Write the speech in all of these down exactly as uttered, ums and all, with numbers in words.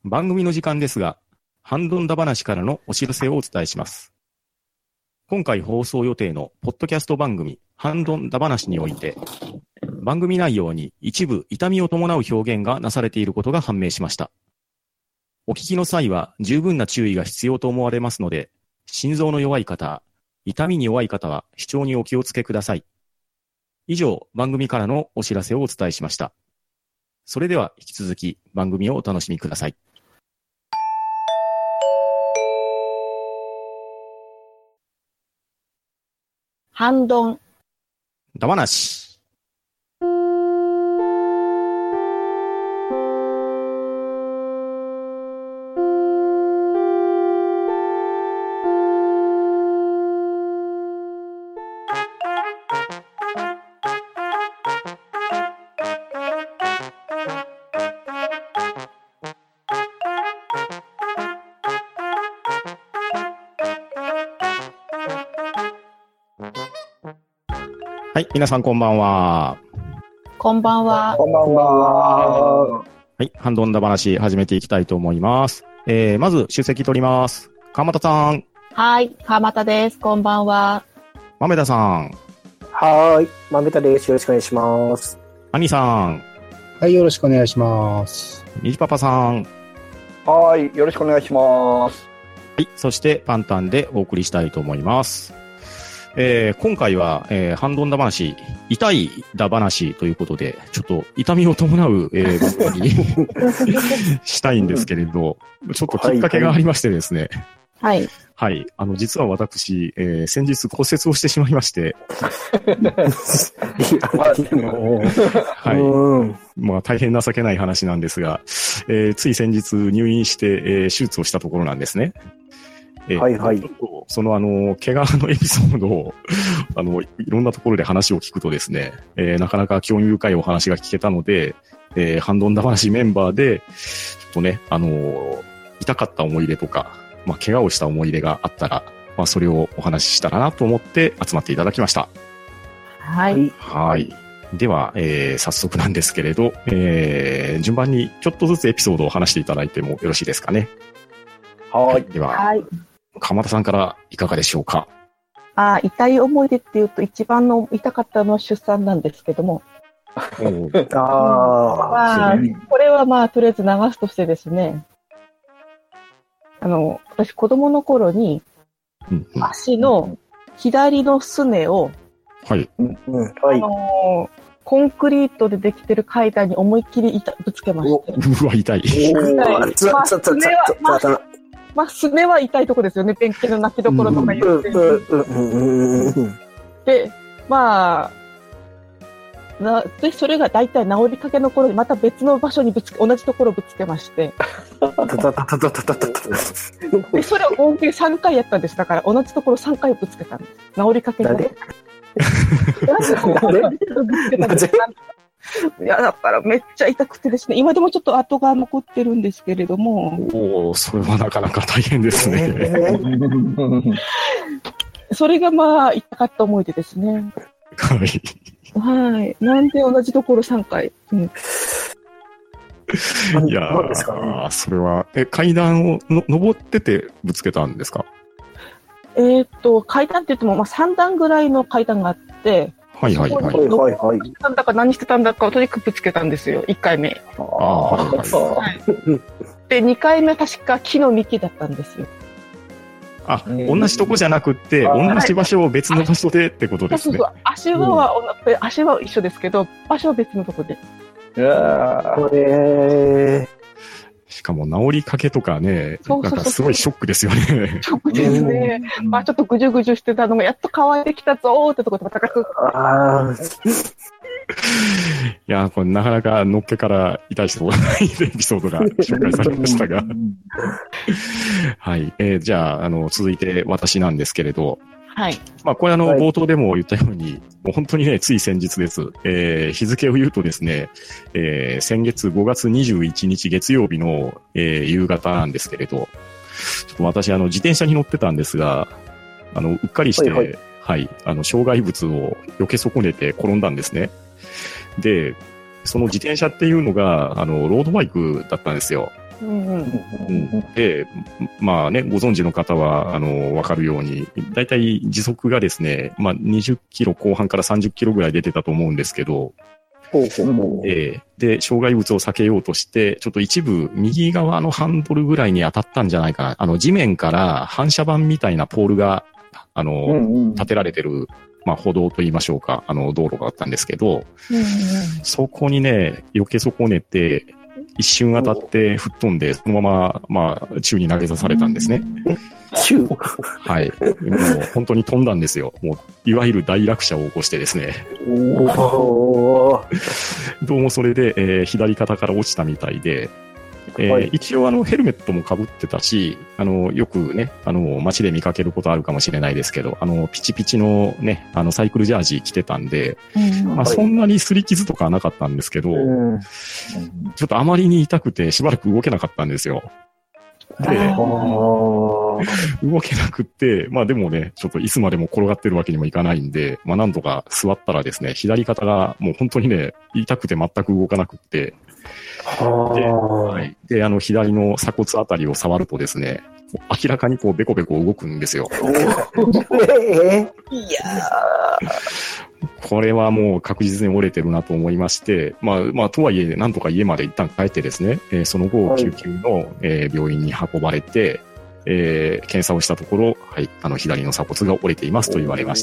番組の時間ですが、ハンドンダ話からのお知らせをお伝えします。今回放送予定のポッドキャスト番組、ハンドンダ話において、番組内容に一部痛みを伴う表現がなされていることが判明しました。お聞きの際は十分な注意が必要と思われますので、心臓の弱い方、痛みに弱い方は視聴にお気をつけください。以上、番組からのお知らせをお伝えしました。それでは引き続き番組をお楽しみください。 ハンドンダ話。はい、皆さんこんばんは。 こんばんは。 こんばんは。 はい、ハンドンダ話始めていきたいと思います。えー、まず出席取ります。川又さん。 はい、川又です。こんばんは。 豆田さん。 はーい、豆田です。よろしくお願いします。 兄さん。 はい、よろしくお願いします。 にじパパさん。 はい、よろしくお願いします。 はい、そしてパンタンでお送りしたいと思います。えー、今回は、えー、ハンドンダ話、痛いダ話ということで、ちょっと痛みを伴う、えー、番組にしたいんですけれど、ちょっときっかけがありましてですね。 はい。 はい。あの、実は私、えー、先日骨折をしてしまいまして。はい。まあ、大変情けない話なんですが、えー、つい先日入院して、えー、手術をしたところなんですね。えー、 はいはい。 そのあの、怪我のエピソードを、あの、いろんなところで話を聞くとですね、えー、なかなか興味深いお話が聞けたので、えー、ハンドンダ話メンバーで、ちょっとね、あのー、痛かった思い出とか、まあ、怪我をした思い出があったら、まあ、それをお話ししたらなと思って集まっていただきました。 はい。 はい。では、えー、早速なんですけれど、えー、順番にちょっとずつエピソードを話していただいてもよろしいですかね。 はい。 では、 はい。 川又さんからいかがでしょうか。 あ、痛い思い出っていうと一番の痛かったのは出産なんですけども。 ああ。 まあ、これはまあ、とりあえず流すとしてですね。あの、私子供の頃に、足の左のすねを、 はい。 うんうん、はい。 あのー、コンクリートでできてる階段に思いっきりぶつけまして。 うわ、痛い。 痛い。 つわつわつわつわつわ。 まあ、すねは痛いとこですよね。便器の泣きどころとか言って。で、まあ、なで、それが大体治りかけの頃にまた別の場所にぶつけ、同じところをぶつけまして。で、それを合計さんかいやったんです。だから同じところさんかいぶつけたんです。治りかけの。なんでいや、だからめっちゃ痛くてですね、今でもちょっと跡が残ってるんですけれども。 おお、それはなかなか大変ですね。それがまあ、痛かった思い出ですね。 はい。 はい。なんで同じところさんかい。うん、 いやー、ね、それは、え、階段をの登っててぶつけたんですか？ えー、っと、階段って言っても、まあ、さんだんぐらいの階段があって、 はいはいはい。 はいはい。なんだか何してたんだかをとにかくぶつけたんですよ、いっかいめ。 ああ、はいはい。 で、にかいめは確か木の幹だったんですよ。 あ、同じとこじゃなくって、同じ場所を別の場所でってことですね。 そうそうそう。足は、うん、足は一緒ですけど、場所は別のとこで。 いやー、これしかも治りかけとかね、なんかすごいショックですよね。 ショックですね。まあちょっとぐじゅぐじゅしてたのがやっと乾いてきたぞーってところで高く。あいやー、これなかなかのっけから痛い人がないエピソードが紹介されましたが。はい。えー、じゃあ、あの、続いて私なんですけれど。 はい。 まあ、これあの、冒頭でも言ったように、もう本当にね、つい先日です。えー、日付を言うとですね、えー、先月ごがつにじゅういちにち月曜日の、えー、夕方なんですけれど、ちょっと私あの、自転車に乗ってたんですが、あの、うっかりして、はいはい、はい、あの、障害物を避け損ねて転んだんですね。で、その自転車っていうのが、あの、ロードバイクだったんですよ。 うんうんうん、で、まあね、ご存知の方は、あの、わかるように、だいたい時速がですね、まあにじゅっキロ後半からさんじゅっキロぐらい出てたと思うんですけど、 ほうほうほう。 えー、で、障害物を避けようとして、ちょっと一部右側のハンドルぐらいに当たったんじゃないかな。あの、地面から反射板みたいなポールが、あの、うんうん、立てられてる、まあ、歩道と言いましょうか、あの、道路があったんですけど、うんうん、そこにね、避け損ねて、一瞬当たって吹っ飛んで、そのまま、まあ、宙に投げ出されたんですね。 宙はい。もう本当に飛んだんですよ。もう、いわゆる大落車を起こしてですね。おどうもそれで、えー、左肩から落ちたみたいで、えーはい、一応あのヘルメットも被ってたし、あのよくね、あの街で見かけることあるかもしれないですけど、あのピチピチのね、あのサイクルジャージ着てたんで、うんまあ、そんなに擦り傷とかはなかったんですけど、うん、ちょっとあまりに痛くてしばらく動けなかったんですよ。で、動けなくって、まあでもね、ちょっといつまでも転がってるわけにもいかないんで、まあなんとか座ったらですね、左肩がもう本当にね、痛くて全く動かなくって、で、はい、で、あの左の鎖骨あたりを触るとですね、明らかにこうベコベコ動くんですよ。えー、いやこれはもう確実に折れてるなと思いまして、まあ、まあ、とはいえ、なんとか家まで一旦帰ってですね、えー、その後、救急の、はいえー、病院に運ばれて、えー、検査をしたところ、はい、あの、左の鎖骨が折れていますと言われまして。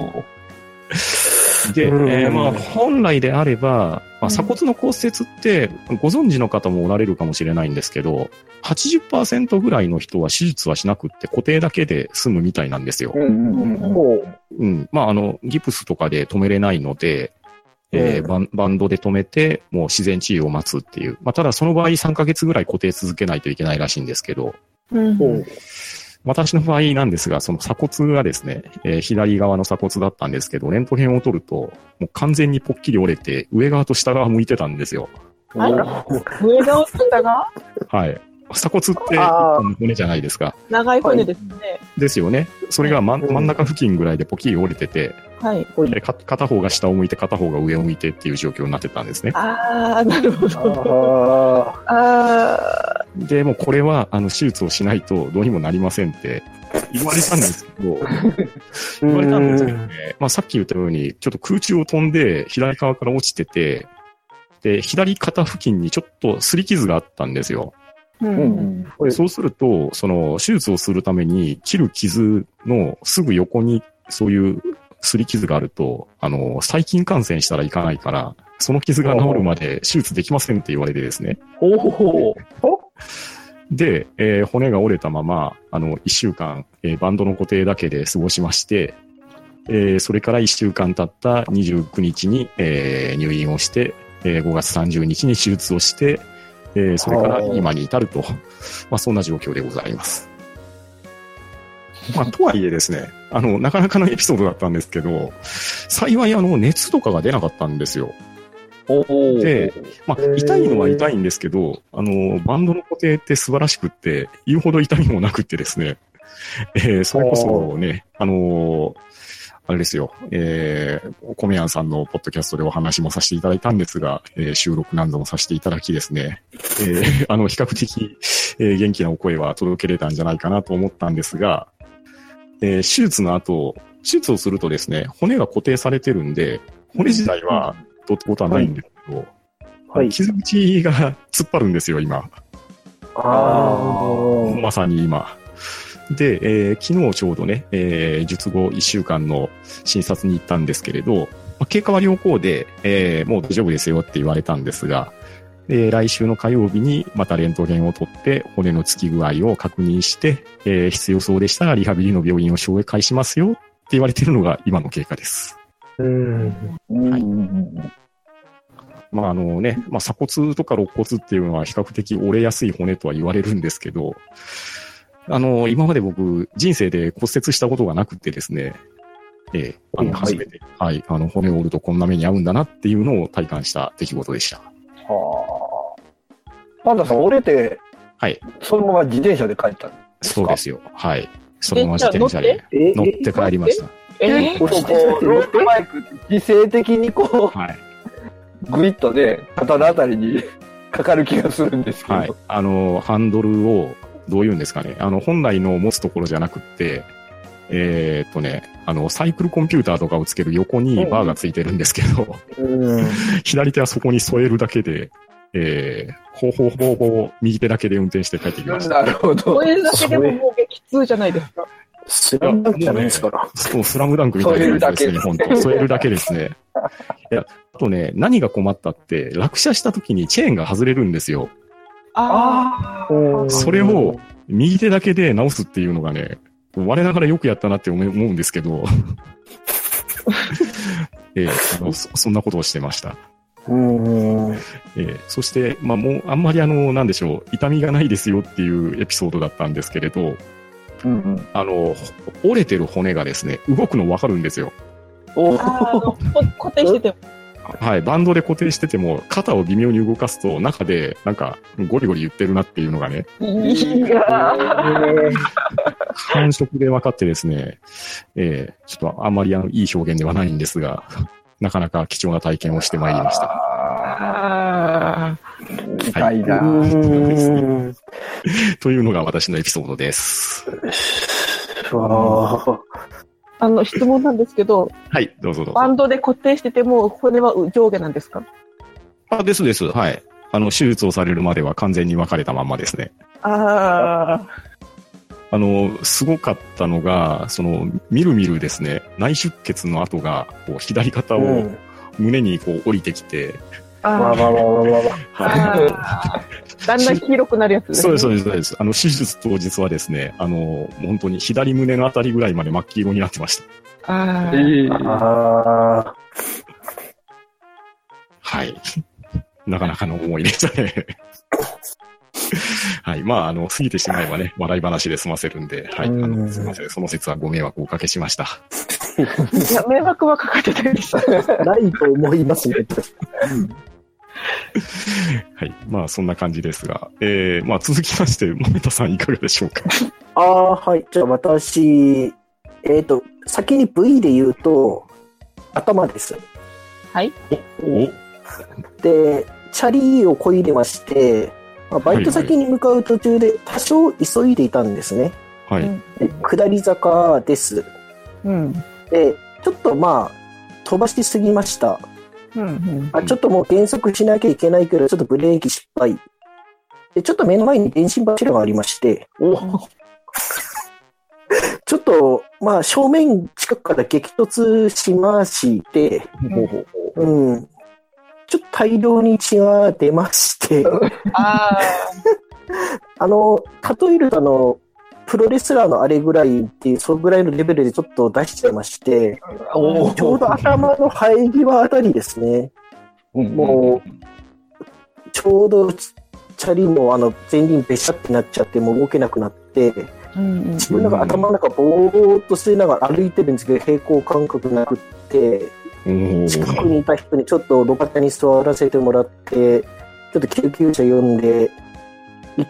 で、えー、まあ、本来であれば、まあ、鎖骨の骨折ってご存知の方もおられるかもしれないんですけど、はちじゅっパーセント ぐらいの人は手術はしなくって固定だけで済むみたいなんですよ。うん。まあ、あの、ギプスとかで止めれないので、えー、バン、バンドで止めて、もう自然治癒を待つっていう。まあ、ただその場合さんかげつぐらい固定続けないといけないらしいんですけど、うん私の場合なんですが、その鎖骨がですね、えー、左側の鎖骨だったんですけど、レントゲンを取ると、もう完全にぽっきり折れて、上側と下側向いてたんですよ。 あら上側と下側はい。鎖骨って骨じゃないですか。 長い骨ですね。 ですよね。それが真ん、真ん中付近ぐらいでポキリ折れてて、はい。で片方が下を向いて片方が上を向いてっていう状況になってたんですね。 ああ、なるほど。ああ。 で、もうこれは、あの、手術をしないとどうにもなりませんって言われたんですけど、言われたんですけどね、まあさっき言ったように、ちょっと空中を飛んで左側から落ちてて、で、左肩付近にちょっと擦り傷があったんですよ。うんうん、そうすると、その手術をするために切る傷のすぐ横にそういう擦り傷があると、あの、細菌感染したらいかないから、その傷が治るまで手術できませんって言われてですね。 ほほほで、えー、骨が折れたまま、あの、一週間、えー、バンドの固定だけで過ごしまして、えー、それから一週間経ったにじゅうくにちに、えー、入院をして、えー、ごがつさんじゅうにちに手術をして、えー、それから今に至ると、まあそんな状況でございます。まあとはいえですね、あの、なかなかのエピソードだったんですけど、幸いあの、熱とかが出なかったんですよ。で、まあ痛いのは痛いんですけど、あの、バンドの固定って素晴らしくって、言うほど痛みもなくってですね、えー、それこそね、あのー、あれですよ、えー、コメヤンさんのポッドキャストでお話もさせていただいたんですが、えー、収録何度もさせていただきですね、えー、あの、比較的、えー、元気なお声は届けれたんじゃないかなと思ったんですが、えー、手術の後、手術をするとですね、骨が固定されてるんで、骨自体はどうってことはないんですけど、はい、傷口が突っ張るんですよ、今。ああ。まさに今。で、えー、昨日ちょうどね、えー、術後いっしゅうかんの診察に行ったんですけれど、まあ、経過は良好で、えー、もう大丈夫ですよって言われたんですが、えー、来週の火曜日にまたレントゲンを取って骨のつき具合を確認して、えー、必要そうでしたらリハビリの病院を紹介しますよって言われているのが今の経過です。うーん。はい。まああのね、まあ鎖骨とか肋骨っていうのは比較的折れやすい骨とは言われるんですけど、あの、今まで僕、人生で骨折したことがなくてですね、ええ、あの、初めて、はい、あの、骨を折るとこんな目に遭うんだなっていうのを体感した出来事でした。はあ。パンダさん、折れて、 はい。 そのまま自転車で帰ったんですか？ そうですよ。はい。そのまま自転車で乗って帰りました。 えー、結構こう、ロードバイク、自制的にこう、はい。グイッとね、肩のあたりにかかる気がするんですけど。 はい。あの、ハンドルを、どういうんですかね。あの、本来の持つところじゃなくって、えー、っとね、あの、サイクルコンピューターとかをつける横にバーがついてるんですけど、 うん、 左手はそこに添えるだけで、えー、ほうほうほうほう、右手だけで運転して帰ってきました。 なるほど。 これだけでももう激痛じゃないですか。 スラムダンクじゃないですから。 そう、スラムダンクみたいなやつですね、本当添えるだけですね。いや、あとね、何が困ったって、落車した時にチェーンが外れるんですよ。 ああ。 それを右手だけで直すっていうのがね、我ながらよくやったなって思うんですけど、えー、あのそ、そんなことをしてました。 うんえー、そして、まあもうあんまりあの、なんでしょう、痛みがないですよっていうエピソードだったんですけれど、 うんうん、 あの、折れてる骨がですね、動くの分かるんですよ。 おあ固定してても。 はい、バンドで固定してても、肩を微妙に動かすと、中で、なんか、ゴリゴリ言ってるなっていうのがね、 いや感触で分かってですね、えー、ちょっとあんまりあのいい表現ではないんですが、なかなか貴重な体験をしてまいりました。 あ痛いな、 うん、 というのが私のエピソードです。 あの、質問なんですけど、 はい、どうぞどうぞ。 バンドで固定してても、骨は上下なんですか？ あ、ですです。はい。あの、手術をされるまでは完全に分かれたまんまですね。 ああ。 あの、すごかったのが、その、みるみるですね、内出血の跡が、こう、左肩を胸にこう降りてきて、 ああ。 わわわわわはい。だんだん黄色くなるやつですね。 そうです、そうです、そうです。あの、手術当日はですね、あの、本当に左胸のあたりぐらいまで真っ黄色になってました。 ああ。 えー、 あはい。なかなかの思いでしたね。はい。まあ、あの、過ぎてしまえばね、笑い話で済ませるんで、はい。あの、すみません。その説はご迷惑をおかけしました。 いや、迷惑はかかってないです。 ないと思いますね。 はい。まあ、そんな感じですが、えー、まあ、続きまして、森田さんいかがでしょうか。 ああ、はい。じゃあ、私、えっと、先に ブイ で言うと、頭です。 はい。 おで、チャリをこいでまして、まあ、バイト先に向かう途中で多少急いでいたんですね。 はい。 で下り坂です。 うん。 で、ちょっとまあ、飛ばしすぎました。 うんうん、 あちょっともう減速しなきゃいけないけど、ちょっとブレーキ失敗。で、ちょっと目の前に電信柱がありまして、おちょっと、まあ、正面近くから激突しまして、うん、うん、ちょっと大量に血が出まして、 ああの、例えるとあの、プロレスラーのあれぐらいっていう、そのぐらいのレベルでちょっと出しちゃいまして、ちょうど頭の生え際あたりですね。もう、ちょうどチャリもあの前輪べしゃってなっちゃって、もう動けなくなって、自分の中頭の中ぼーっとしてながら歩いてるんですけど、平行感覚なくって、近くにいた人にちょっと路肩に座らせてもらって、ちょっと救急車呼んで、行って、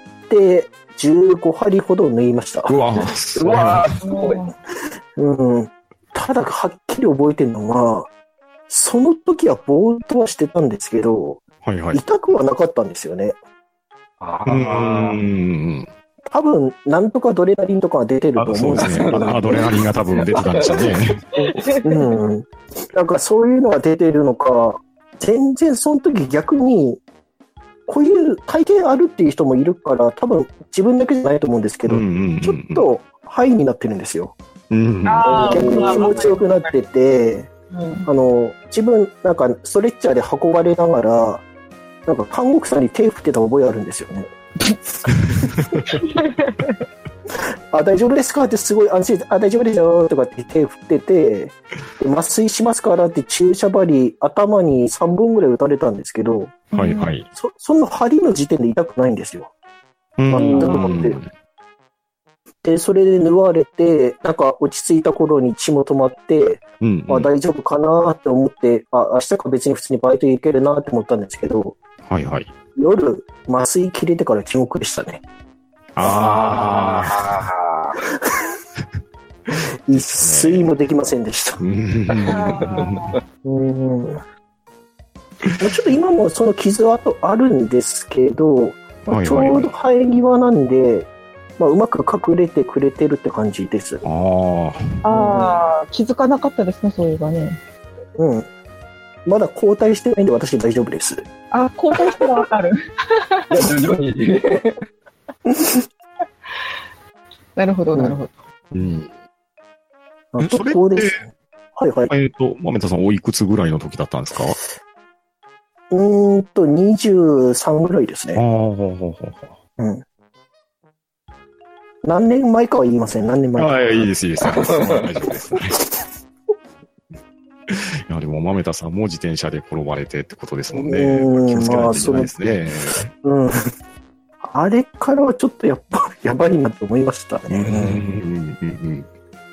じゅうご針ほど縫いました。 うわすごい。うわすごい。 うん。ただ、はっきり覚えてるのは、その時はぼーっとはしてたんですけど、 はいはい、 痛くはなかったんですよね。 あうん多分、なんとかドレナリンとかが出てると思うんですけど、 ね、アドレナリンが多分出てたんでしょうね。 うん。なんかそういうのが出てるのか、全然その時逆に、こういう体験あるっていう人もいるから、多分自分だけじゃないと思うんですけど、うんうんうんうん、ちょっとハイになってるんですよ。 うんうん、 逆に気持ちよくなってて、うん、あの、自分、なんかストレッチャーで運ばれながら、なんか看護婦さんに手振ってた覚えあるんですよね。あ、大丈夫ですかってすごい安心、あ、大丈夫ですよとかって手振ってて、麻酔しますからって注射針、頭にさんぼんぐらい打たれたんですけど、 はいはい。 そ, その針の時点で痛くないんですよ。全く思って。で、それで縫われて、なんか落ち着いた頃に血も止まって、うんうん、あ、大丈夫かなって思って、あ、明日か別に普通にバイト行けるなって思ったんですけど、 はいはい。 夜、麻酔切れてから地獄でしたね。 ああ。 一睡もできませんでした。うん、 ちょっと今もその傷跡あるんですけど、まあはいちょうど生え際なんで、まあ、うまく隠れてくれてるって感じです。 ああ。 ああ、気づかなかったですね、そういえばね。 うん。まだ交代してないんで私大丈夫です。 あ、交代したらわかる。 徐々に。 なるほど、なるほど。 うん。 あえそれってそうですね。はいはい。 えっ、と、豆田さんおいくつぐらいの時だったんですか？ うーんと、にじゅうさんぐらいですああ、 ね。 ほうほうほうほう。 うん。何年前かは言いません。何年前か。 ああ、いいです、いいです。大丈夫です。いや、でも、豆田さんも自転車で転ばれてってことですもんね。 うん気をつけないといけないですね。 うん。あれからはちょっとやっぱ、やばいなと思いましたうんうんね。 うんうん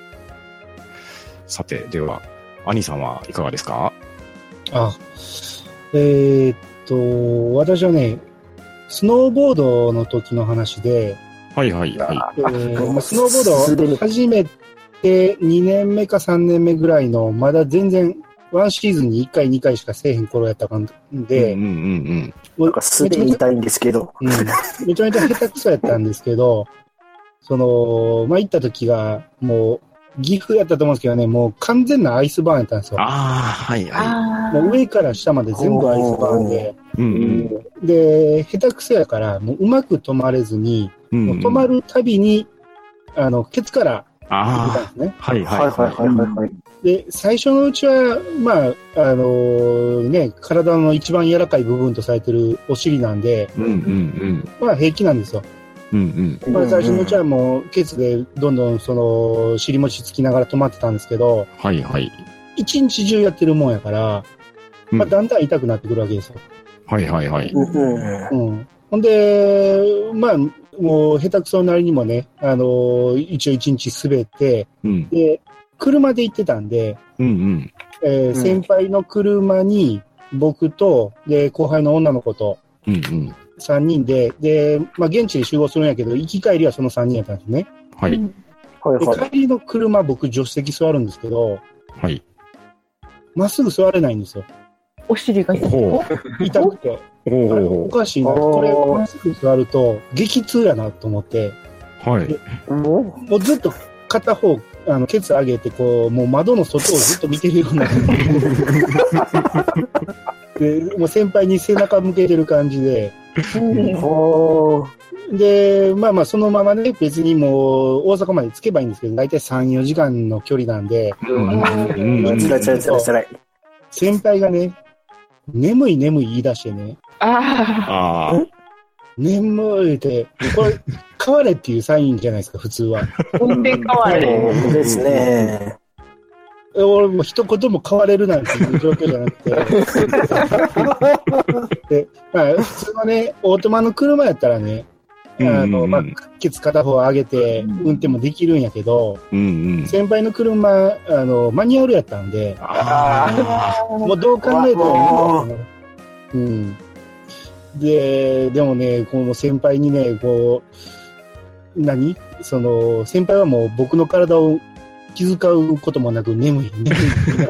さて、では、兄さんはいかがですか？ あ、えーっと、私はね、スノーボードの時の話で、 はいはいはえーあスノーボすでにードを始めてにねんめかさんねんめぐらいの、まだ全然、ワンシーズンにいっかいにかいしかせえへん頃やったんい。 で、 うんうんうんもうなんかすでに痛いんですけど。 うん、めちゃめちゃ下手くそやったんですけど、その、まあ、行った時が、もう、岐阜やったと思うんですけどね、もう完全なアイスバーンやったんですよ。 ああ、はいはあもう上から下まで全部アイスバーンで、 い。うんで、下手くそやから、もううまく止まれずに、 うん。 もう止まるたびに、あの、ケツから行ってたんあですね。 あ、はいはいはいはいはいはいはい。 で、最初のうちは、まあ、あのーね、体の一番柔らかい部分とされてるお尻なんで、 うんうんまあ平気なんですよ。 うん。うんまあ最初のうちはもう、ケツでどんどんその、尻餅つきながら止まってたんですけど、 はいはい。 一日中やってるもんやから、まあだんだん痛くなってくるわけですよ。 はいはいはい。 うんうん。ほんで、まあ、もう下手くそなりにもね、あのー一応一日滑って、 うんで、車で行ってたんで、 うんうん。 えーん先輩の車に僕と、で、後輩の女の子とうんうん。 さんにんで、で、まあ現地で集合するんやけど、行き帰りはそのさんにんやったんですね。 はいはいはい。 で、帰りの車僕助手席座るんですけど、 はい。 まっすぐ座れないんですよ。 お尻が痛い。 ほ痛くて。 うほうあれほおかしいな。これ、まっすぐ座ると激痛やなと思って、 う。はい。 ももうずっと片方、あの、ケツ上げて、こう、もう窓の外をずっと見てるような感じで、でもう先輩に背中向けてる感じで、 う、ほで、まあまあ、そのままね、別にもう、大阪まで着けばいいんですけど、だいたいさん、よじかんの距離なんで、 うんうんう。つらいつらいつらいつらい。 先輩がね、眠い眠い言い出してね、 あああ。 眠いって、これ、変われっていうサインじゃないですか、普通は。 あ、運転変われ。 そうですね。 俺も一言も変われるなんていう状況じゃなくて。で、まあ、普通のね、オートマの車やったらね、あの、まあ、ケツ片方上げて運転もできるんやけど、 うんうん。 先輩の車、あの、マニュアルやったんで、 あもうどう考えても、うん。で、でもね、この先輩にね、こう、何その、先輩はもう僕の体を気遣うこともなく眠い、眠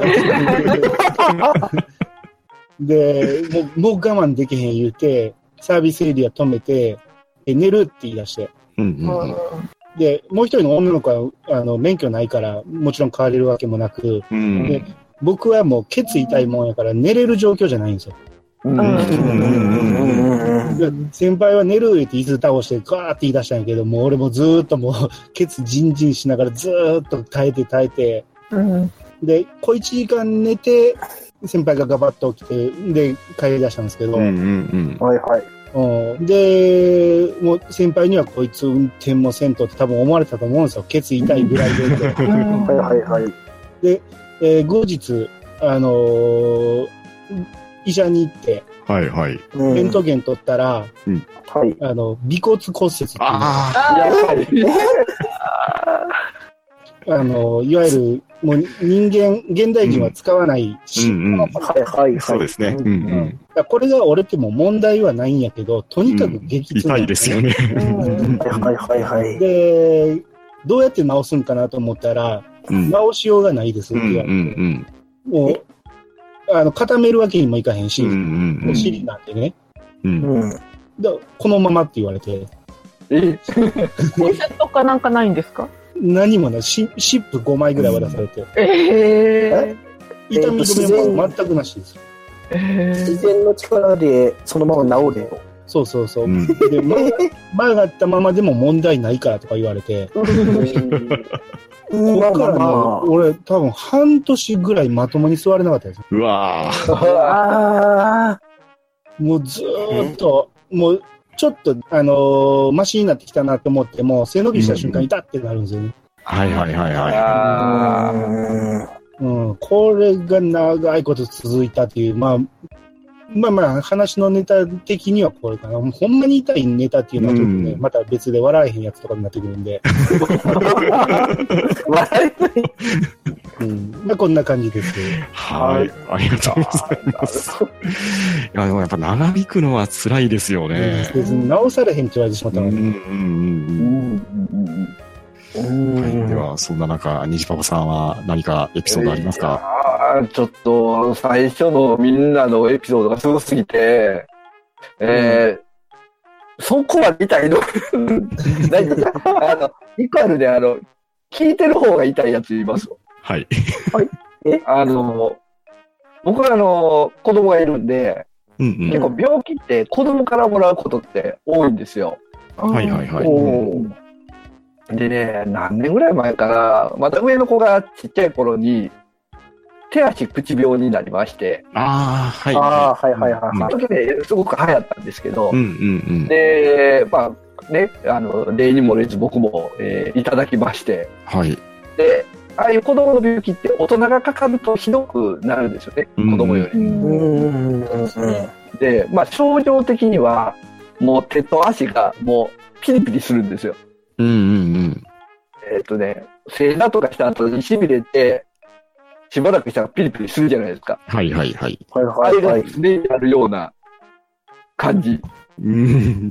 い。で、もう、もう我慢できへん言うて、サービスエリア止めて、え寝るって言い出して。 あ。うんうんうん。 で、もう一人の女の子は、あの、免許ないから、もちろん変われるわけもなく、 うんで僕はもうケツ痛いもんやから寝れる状況じゃないんですよ。 うんうんうんうんで先輩は寝るって椅子倒してガーって言い出したんやけど、もう俺もずーっともうケツジンジンしながらずーっと耐えて耐えて、 うん。 で、小一時間寝て、先輩がガバッと起きて、で、帰り出したんですけど、 うんうんはいはい。 うんで、もう先輩にはこいつ運転もせんとって多分思われたと思うんですよ。ケツ痛いぐらいでって。 はいはいはい。 で、えー後日、あのー医者に行って、 はいはい。 うんレントゲン取ったら、 はい。 あの、尾骨骨折っていうのああやっぱり。 あの、いわゆる、もう人間、現代人は使わないあ。うし、 んうん。 はいはいはい。 そうですね。うんううんん。 だからこれが折れても問題はないんやけど、とにかく激痛痛いですよね。 うんはいはいはい。 で、どうやって治すんかなと思ったら、 うん治しようがないですっうんうて言われて、 んもう、 あの、固めるわけにもいかへんし、 うんうんうん、 お尻なんでね。 うん。 だこのままって言われて。 えコンセットかなんかないんですか？ 何もない。シップごまいぐらい渡されて。 えー、痛み止めも全くなしです。 えー、自然の力でそのまま治れよ。 そうそうそう。うん、で、ま、曲がったままでも問題ないからとか言われて。こっからね、俺多分半年ぐらいまともに座れなかったです。 うわぁ。 もうずーっと、もうちょっと、あのー、マシになってきたなと思っても、背伸びした瞬間、痛ってなるんですよね。 はいはいはいはい。うん、これが長いこと続いたっていう、まあ、まあまあ、話のネタ的にはこれかな。ほんまに痛いネタっていうのはちょっとね、うん、また別で笑えへんやつとかになってくるんで。 笑えない。 うん。まあこんな感じです。 はい。ありがとうございます。いや、でもやっぱ長引くのは辛いですよね。 別に直されへんって言われてしまったので。うんうんうんうん。はい、では、そんな中、虹パパさんは何かエピソードありますか？ ちょっと、最初のみんなのエピソードがすごすぎて、えー、そこまで痛いの何あの、イカルであの、聞いてる方が痛いやつ言います。 はい。 はい。えあの、僕はあの、子供がいるんで、うんうん、結構病気って子供からもらうことって多いんですよ。 はいはいはい。 うんでね、何年ぐらい前かな、また上の子がちっちゃい頃に、手足口病になりまして。 ああ、はい。 ああ、はいはいはい。 その時ね、すごく流行ったんですけど、 うんうんうん、 で、まあね、あの、例にもれず僕も、えー、いただきまして。 はい。 で、ああいう子供の病気って大人がかかるとひどくなるんですよね、子供より。 うんで、まあ症状的には、もう手と足がもうピリピリするんですよ。 うんうんうん。 えっとね、正座とかした後に痺れて、しばらくしたらピリピリするじゃないですか。 はいはいはい。 はいはいはい。 あれが常にあるような感じ。 うん。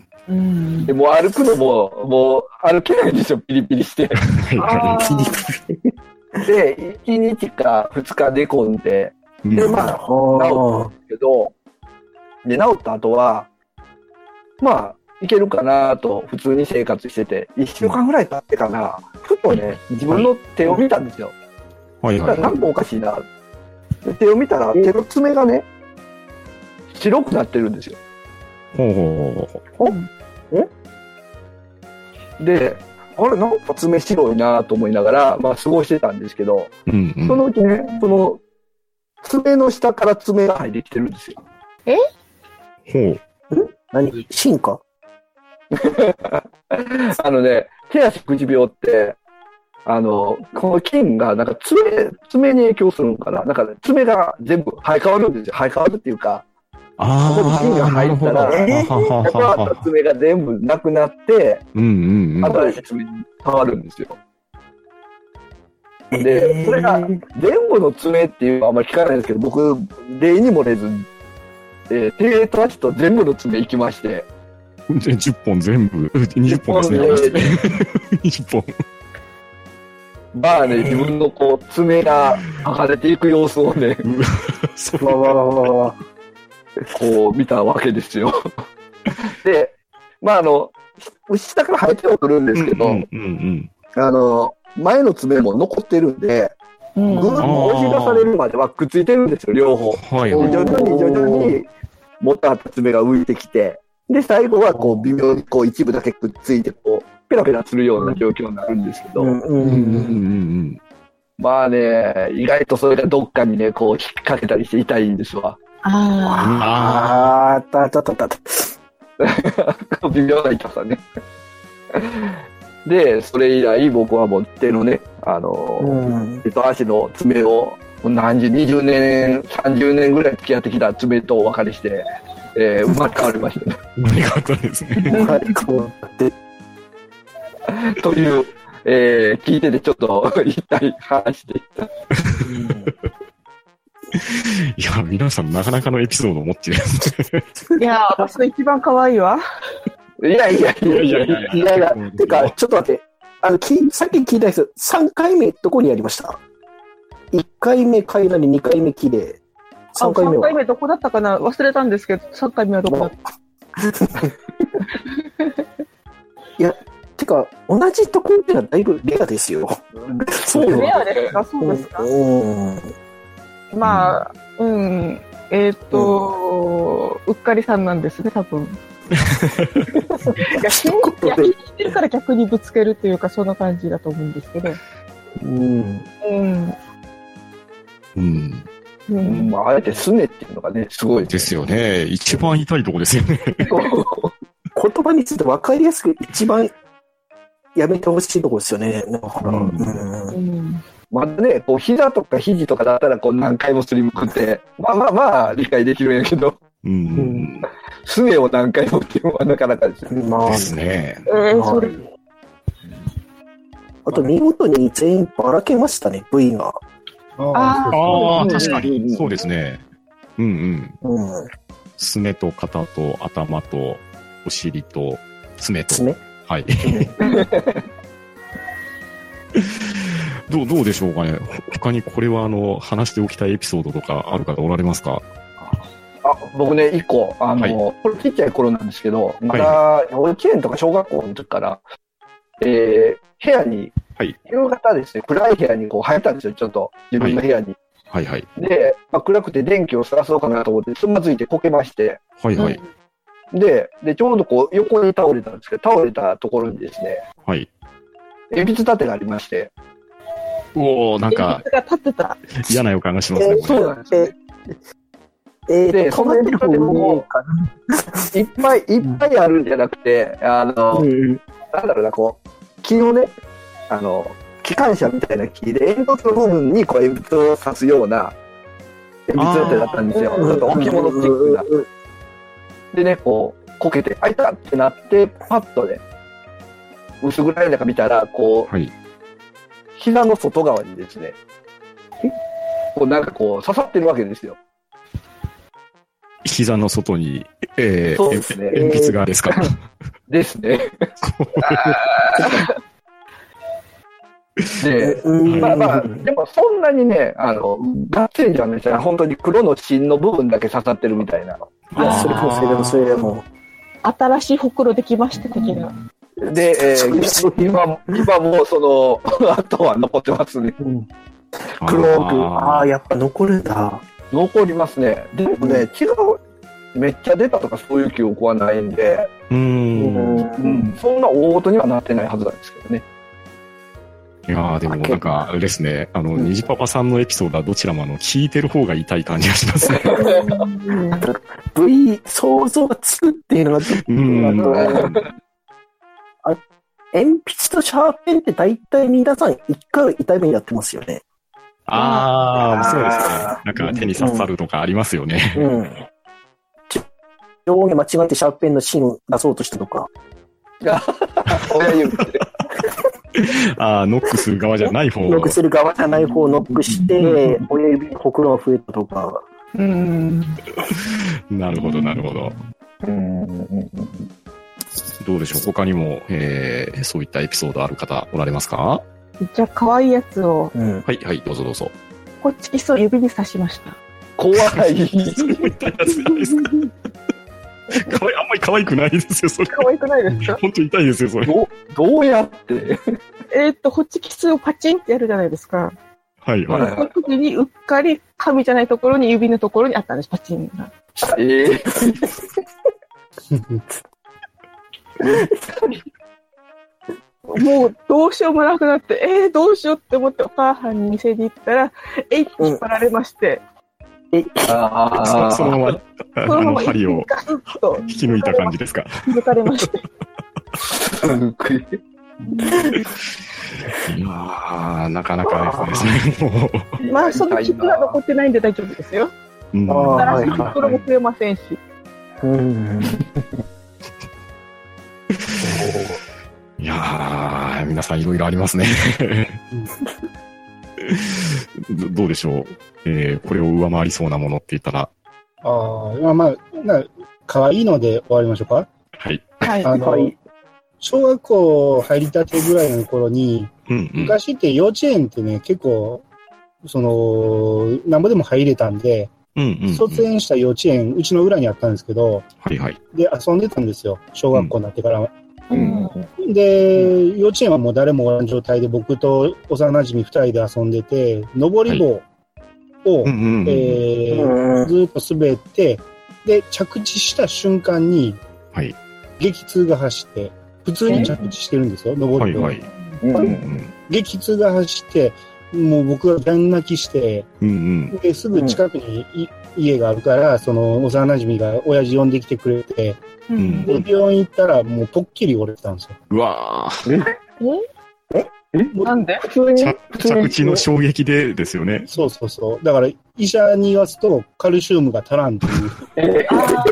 でもう歩くのも、もう歩けないんですよ、ピリピリして。 はいピリピリ。で、いちにちかふつか寝込んで、で、まあ、治ったんですけど、で、治った後は、まあ、いけるかなと普通に生活してて、いっしゅうかんぐらい経ってかな、ふとね、自分の手を見たんですよ。 はいはい。 なんかおかしいな。で手を見たら手の爪がね、白くなってるんですよ。 ほうほうほうほう。えで、あれ、なんか爪白いなと思いながら、まあ過ごしてたんですけど、 うんうん、 そのうちね、その、爪の下から爪が入ってきてるんですよ。 えほう。 ん何進化あのね、手足口病って、あの、この菌が、なんか爪、爪に影響するのかななんか爪が全部生え変わるんですよ。生え変わるっていうか、 あここに菌が入ったら、えー、変わった爪が全部なくなって、 うんうんうん、 新しい爪に変わるんですよ。で、それが全部の爪っていうのはあんまり聞かないんですけど、僕、例にもれず、えー、手と足と全部の爪行きまして、 じゅっぽん全部、にじゅっぽんですね。にじゅっぽん。 まあね、自分のこう、爪が剥がれていく様子をね、 そうわわわわこう見たわけですよ。で、まああの、下から生えてはくるんですけど、うんうんうんうん、あの、前の爪も残ってるんで、ぐーっと押し出されるまではくっついてるんですよ、両方。 はいはい、 徐々に徐々に元あった爪が浮いてきて、で、最後はこう微妙にこう一部だけくっついて、こう、ペラペラするような状況になるんですけど、まあね、意外とそれがどっかにね、こう引っ掛けたりして痛いんですわ。 ああ、あったあったあったあった。 微妙な痛さね。で、それ以来僕はもう手のね、あの、手と足の爪を何十、にじゅうねん、さんじゅうねんぐらい付き合ってきた爪とお別れして、えー、生まれ変わりましたね。 生まれ変わったんですね。 生まれ変わって。 という、えー、聞いててちょっと言いたい話でした。 いや、皆さんなかなかのエピソードを持ってるやいや、私が一番可愛いわ。 いやいやいやいやいやいやいや、てか、ちょっと待って。あの、きさっき聞いたんですけど、さんかいめどこにやりました？ いっ 回目階段でにかいめ木で。 さんかいめは。 さんかいめどこだったかな忘れたんですけど、さんかいめはどこだった、まあ、 いや、てか、同じところってのはだいぶレアですよ。 そうレアですかそうですか、うん、まあ、うん。えっ、ー、と、うん、うっかりさんなんですね、多分。いや、信じてるから逆にぶつけるっていうか、そんな感じだと思うんですけど。うん。うん。 うん。うん、まあ、あえてすねっていうのがね、すごいですよね。一番痛いとこですよね。 言葉について分かりやすく一番やめてほしいとこですよね。だから、うんうん、 まあね、こう膝とか肘とかだったらこう何回もすりむくって、まあまあまあ理解できるんやけど、うん、すねを何回もっていうのはなかなかですね。 まあ、ですね。 えー、それ。 あと見事に全員ばらけましたね、部位が。 ああ、確かに、そうですね。うんうん。うん、すねと肩と頭とお尻と爪と。 爪はい。どう、どうでしょうかね。他にこれはあの、話しておきたいエピソードとかある方おられますか？ あ、僕ね、一個、あの、はい、これちっちゃい頃なんですけど、まだ幼稚園とか小学校の時から、えー、部屋に、はい、夕方ですね、暗い部屋にこう入ったんですよ、ちょっと、自分の部屋に。 はい、はい、はい。 で、まあ、暗くて電気を探そうかなと思って、つまずいてこけまして。 はい、はい。 で、で、ちょうどこう、横に倒れたんですけど、倒れたところにですね、 はい。 鉛筆立てがありまして。 おー、なんか、 鉛筆が立ってた。 嫌な予感がしますね。 えー、そうなんですね。えー、で、その鉛筆も、いっぱいいっぱいあるんじゃなくて、あの、うん、なんだろうな、こう、木のね、あの、機関車みたいな木で、煙突の部分にこう鉛筆を刺すような鉛筆立てだったんですよ。ちょっと置物チックな。でね、こう、こけて、あいたってなって、パッとね、薄暗い中見たら、こう、はい、膝の外側にですね、こうなんかこう、刺さってるわけですよ。 膝の外に、えー、そうですね、鉛筆がですか？ ですね。で、まあまあ、でもそんなにね、あの、がっつりじゃないですか、本当に黒の芯の部分だけ刺さってるみたいな。 いや、それもそれでもそれでも。 新しいほくろできました的な。 で、えー、今、今もその、あとは残ってますね。うん、 黒く、ああ、やっぱ残るんだ。 残りますね。でもね、違う、めっちゃ出たとかそういう記憶はないんで、うーん、うん、そんな大事にはなってないはずなんですけどね。 いやーでもなんかあれですね、あの、うん、虹パパさんのエピソードはどちらもあの聞いてる方が痛い感じがしますね。 V 想像がつくっていうのがちょっと、うんあ、鉛筆とシャーペンって大体皆さん一回は痛い目にやってますよね。 ああ、そうですね。なんか手に刺さるとかありますよね。うん。うん、 上下間違えてシャーペンの芯を出そうとしたとか。 親指で。 ああ、ノックする側じゃない方。 ノックする側じゃない方をノックして、親指のほくろが増えたとか。 うん。 なるほど、なるほど。うん。どうでしょう、他にも、えー、そういったエピソードある方おられますか？ じゃあ、可愛いやつを。 うん、はい、はい、どうぞどうぞ。 こっちキスを指に刺しました。 怖い。それも痛いやつじゃないですか。かわいあんまり可愛くないですよ、それ。 可愛くないですか？ 本当痛いですよ、それ。 ど, どうやってえっと、ホチキスをパチンってやるじゃないですか。 はいはい、はい。 その時にうっかり紙じゃないところに指のところにあったんです、パチンが。 ええー。もうどうしようもなくなって、えー、どうしようって思ってお母さんに店に行ったら、えいって引っ張られまして。 うん、えあそのまま、あの針を引き抜いた感じですか？ 抜かれまして。 いやー、なかなかですね。もうまあ、その切符は残ってないんで大丈夫ですよ。うん、新しい切符も増えませんし。うん、 いやー、皆さんいろいろありますね。ど, どうでしょう、えー、これを上回りそうなものって言ったら。 ああ、まあ、な可愛いので終わりましょうか。 はい。 あの、小学校入りたてぐらいの頃に、うんうん、昔って幼稚園ってね、結構、その、なんぼでも入れたんで、 うんうんうん、 卒園した幼稚園、うちの裏にあったんですけど、 はいはい。 で、遊んでたんですよ。小学校になってからは。 うんで、幼稚園はもう誰もおらん状態で、僕と幼馴染二人で遊んでて、登り棒を、 うんうんうんえーずーっと滑って、で、着地した瞬間に、 はい。 激痛が走って、普通に着地してるんですよ、登り棒。 はいはい。 うんうんうん激痛が走って、もう僕がギャン泣きして、 うんうんで、すぐ近くにい、家があるから、その幼馴染が親父呼んできてくれて、 うんで、病院行ったらもうぽっきり折れてたんですよ。 うわぁ。 なんで普通に着着地の衝撃でですよね。 そうそうそう。だから、医者に言わすと、カルシウムが足らんっていう。 え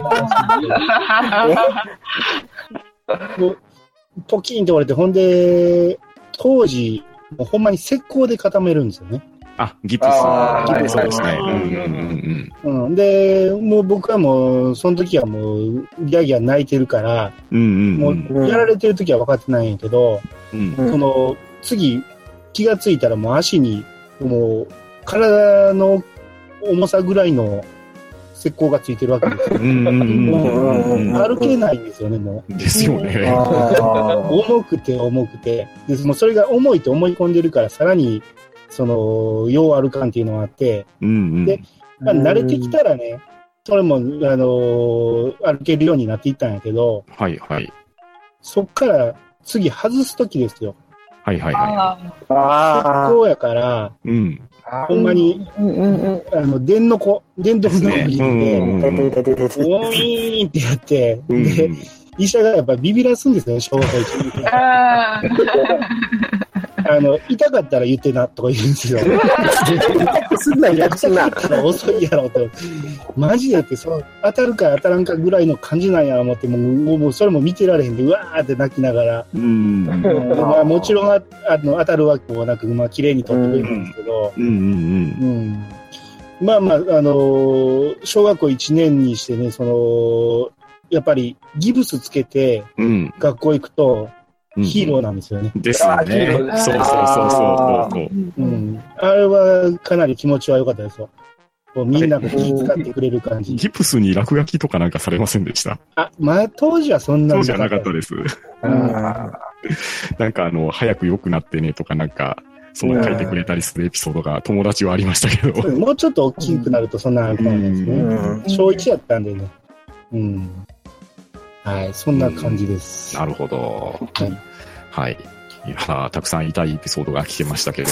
もうポキンって折れて、ほんで、当時、もうほんまに石膏で固めるんですよね。 あ、ギプス。 あギプスですね。 はいはいうんうんうんうん。で、もう僕はもう、その時はもう、ギャーギャー泣いてるから、 うん。うんうんもうん。 う、やられてる時は分かってないんやけど、 うんうんその、次、気がついたらもう足に、もう、体の重さぐらいの石膏がついてるわけですよ。 うんうんうんうん。 歩けないんですよね、もう。 ですよね。 あ重くて重くて。で、そのそれが重いと思い込んでるから、さらに、その、よう歩かんっていうのがあって、 うんうん。 でまあ、慣れてきたらね、それも、あのー歩けるようになっていったんやけど、 はいはい。 そっから次外す時ですよ。 はいはいはーあこうやから、 い。うん。 ほんまに、 うんうんうんあの、電の子、電動の子ですねうんで、 うんー。でででででウィーンってやって、 うんうんで、医者がやっぱビビらすんですね、小学校いちねん生。 ああの、痛かったら言ってな、とか言うんですよ。 すんな、楽すんな。 たら遅いやろと。マジでって、そう、当たるか当たらんかぐらいの感じなんや思って、もう、もうもうそれも見てられへんで、うわーって泣きながら。 うん。 でまあ、もちろんああの当たるわけもなく、まあ、綺麗に撮ってくれるんですけど、 うんうんうん。まあまあ、あのー小学校いちねんにしてね、その、やっぱりギブスつけてうん。うん。 学校行くとヒーローーなんですよね。 ですよね。 あーヒーローですそうそうそうそうそう。 うん。あれはかなり気持ちは良かったですよ。こうみんなが気遣ってくれる感じ。 ギプスに落書きとかなんかされませんでした？ あ、まあ当時はそんなそうじゃなかったです。 あなんかあの、早く良くなってねとかなんか、その書いてくれたりするエピソードが友達はありましたけど。 もうちょっと大きくなるとそんなあるかもしれないですね。 うん小いちやったんでね。うん。はい、そんな感じです。 なるほど。 はいはい。いやーたくさん痛いエピソードが聞けましたけど。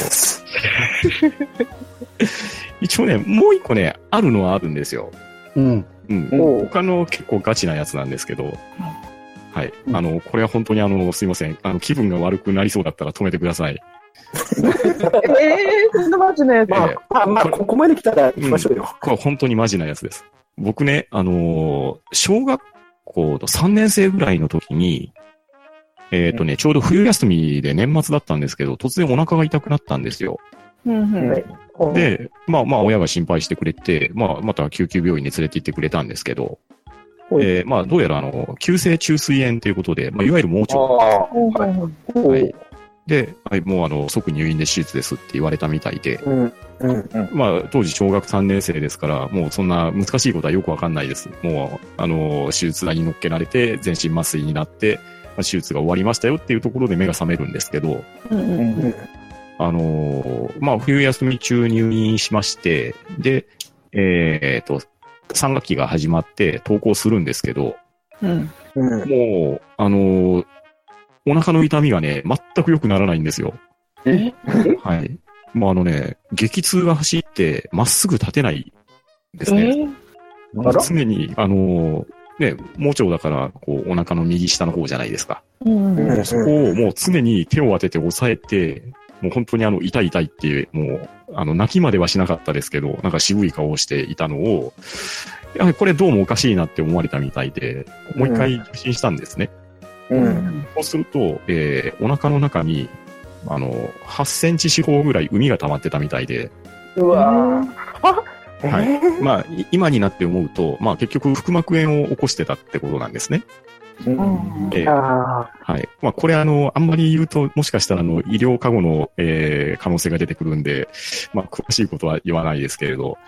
一応ね、もう一個ね、あるのはあるんですよ。 うん。 うん。 おう他の結構ガチなやつなんですけど。はい。あの、これは本当にあの、すいません。あの、気分が悪くなりそうだったら止めてください。 ええー、そんなマジなやつ。 まあ、まあ、まあ、ここまで来たら行きましょうよ。 これは本当にマジなやつです。僕ね、あのー小学校のさんねん生ぐらいの時に、えっ、とね、ちょうど冬休みで年末だったんですけど、突然お腹が痛くなったんですよ。 うんうんはいで、まあまあ親が心配してくれて、まあまた救急病院に連れて行ってくれたんですけど、 はいえーまあどうやらあの、急性虫垂炎ということで、まあいわゆる盲腸。 あほうほうほうはい。で、はい、もうあの、即入院で手術ですって言われたみたいで、 うん。うん。 まあ当時小学さんねん生ですから、もうそんな難しいことはよくわかんないです。もう、あの、手術台に乗っけられて、全身麻酔になって、まあ手術が終わりましたよっていうところで目が覚めるんですけど、 うんうんうん。 あのーまあ、冬休み中入院しまして、で、えっと、さん学期が始まって登校するんですけど、 うんうん。 もう、あのーお腹の痛みがね、全く良くならないんですよ。 えはい。もうあのね、激痛が走って、まっすぐ立てないですね。 えあら常に、あのーね、盲腸だから、こう、お腹の右下の方じゃないですか。 うんうんそこをもう常に手を当てて押さえて、もう本当にあの、痛い痛いっていう、もう、あの、泣きまではしなかったですけど、なんか渋い顔をしていたのを、やはりこれどうもおかしいなって思われたみたいで、もう一回受診したんですね。 う。 うんんそうすると、えー、お腹の中に、あの、はちセンチ四方ぐらい海が溜まってたみたいで、 うわはいえーまあ、い今になって思うと、まあ結局腹膜炎を起こしてたってことなんですね。 ーうんえーあはい。まあ、これあの、あんまり言うと、もしかしたらあの、医療過誤の、えー可能性が出てくるんで、まあ、詳しいことは言わないですけれど、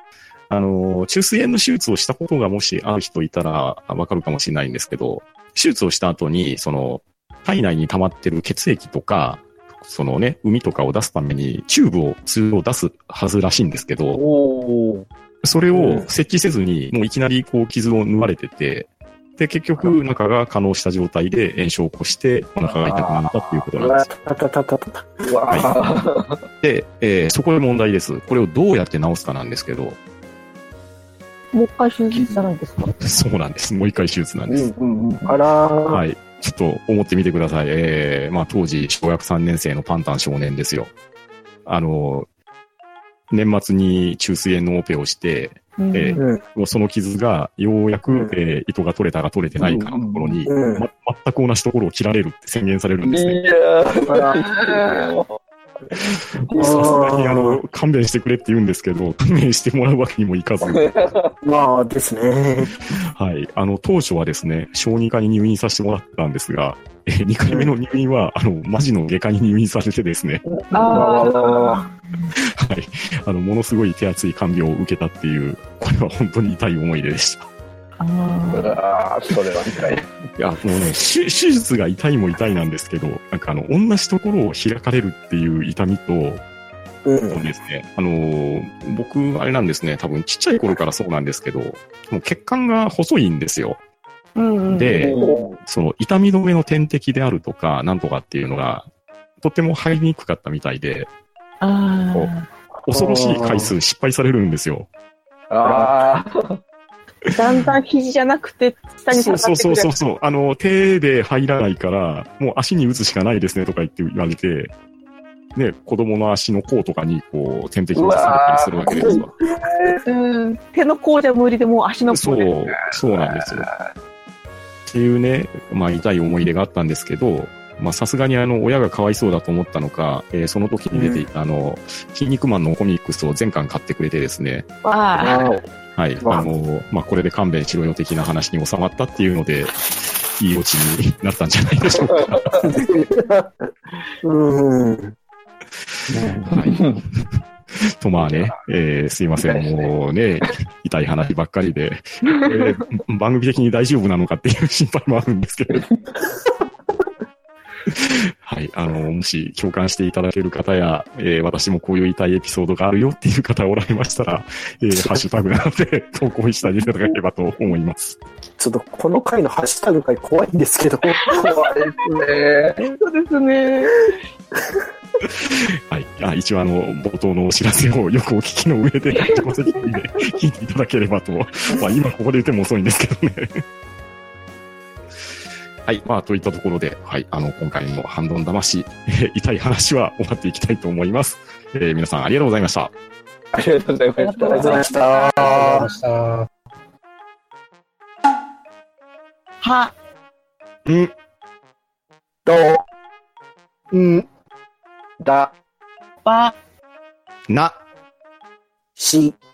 あの、中枢炎の手術をしたことがもしある人いたらわかるかもしれないんですけど、手術をした後に、その、体内に溜まってる血液とか、そのね、膿とかを出すために、チューブを通常出すはずらしいんですけど、それを設置せずに、もういきなりこう傷を縫われてて、で、結局、中が可能した状態で炎症を起こして、お腹が痛くなったっていうことなんです。はい、で、えー、そこで問題です。これをどうやって治すかなんですけど。 もう一回手術じゃないですか？ そうなんです。もう一回手術なんです。 うんうん、あらー。 はい。ちょっと思ってみてください。えー、まあ当時、小学さんねん生のパンタン少年ですよ。あの、年末に中枢炎のオペをして、うんえーうん、その傷がようやく、うんえー、糸が取れたか取れてないかのところに、うんうんま、全く同じところを切られるって宣言されるんですね。いやーさすがにあの勘弁してくれって言うんですけど、勘弁してもらうわけにもいかず。 まあですね。 はい。あの、当初はですね、小児科に入院させてもらったんですが、えー、にかいめの入院は、あの、マジの外科に入院されてですね。あはい。あの、ものすごい手厚い看病を受けたっていう、これは本当に痛い思い出でした。 ああ、それは痛い。 いや、もうね、手術が痛いも痛いなんですけど、なんかあの、同じところを開かれるっていう痛みと、うん、そうですね。あのー、僕、あれなんですね、多分ちっちゃい頃からそうなんですけど、もう血管が細いんですよ。うんうん、で、その痛み止めの点滴であるとか、なんとかっていうのが、とっても入りにくかったみたいで、あ恐ろしい回数失敗されるんですよ。ああ。 だんだん肘じゃなくて下に下がってくる。 そうそうそうそう。あの、手で入らないから、もう足に打つしかないですねとか言って言われて、ね、子供の足の甲とかにこう、点滴を刺されたりするわけですわ。 うん。手の甲じゃ無理でもう足の甲で。 そう、そうなんですよ。っていうね、まあ痛い思い出があったんですけど、まあさすがにあの、親がかわいそうだと思ったのか、えー、その時に出ていたあの、筋肉マンのコミックスを全巻買ってくれてですね。わー。はい。あの、まあ、これで勘弁しろよ的な話に収まったっていうので、いいオチになったんじゃないでしょうか。うん。はい。と、まあね、えー、すいません。もうね、痛い話ばっかりで、えー、番組的に大丈夫なのかっていう心配もあるんですけれど。はい。あの、もし共感していただける方や、えー、私もこういう痛いエピソードがあるよっていう方おられましたら、えー、ハッシュタグなどで投稿していただければと思います。 ちょっとこの回のハッシュタグ回怖いんですけど。怖いですね。そうですね。 はい。あ、一応あの、冒頭のお知らせをよくお聞きの上で、自己責任で聞いていただければと。まあ今ここで言っても遅いんですけどね。はい。まあ、といったところで、はい。あの、今回のハンドン魂、えー、痛い話は終わっていきたいと思います。えー、皆さんありがとうございました。 ありがとうございました。ありがとうございました。ありがとうございました。 は。 ん。 ど。ん。だ。 ば。 な。 し。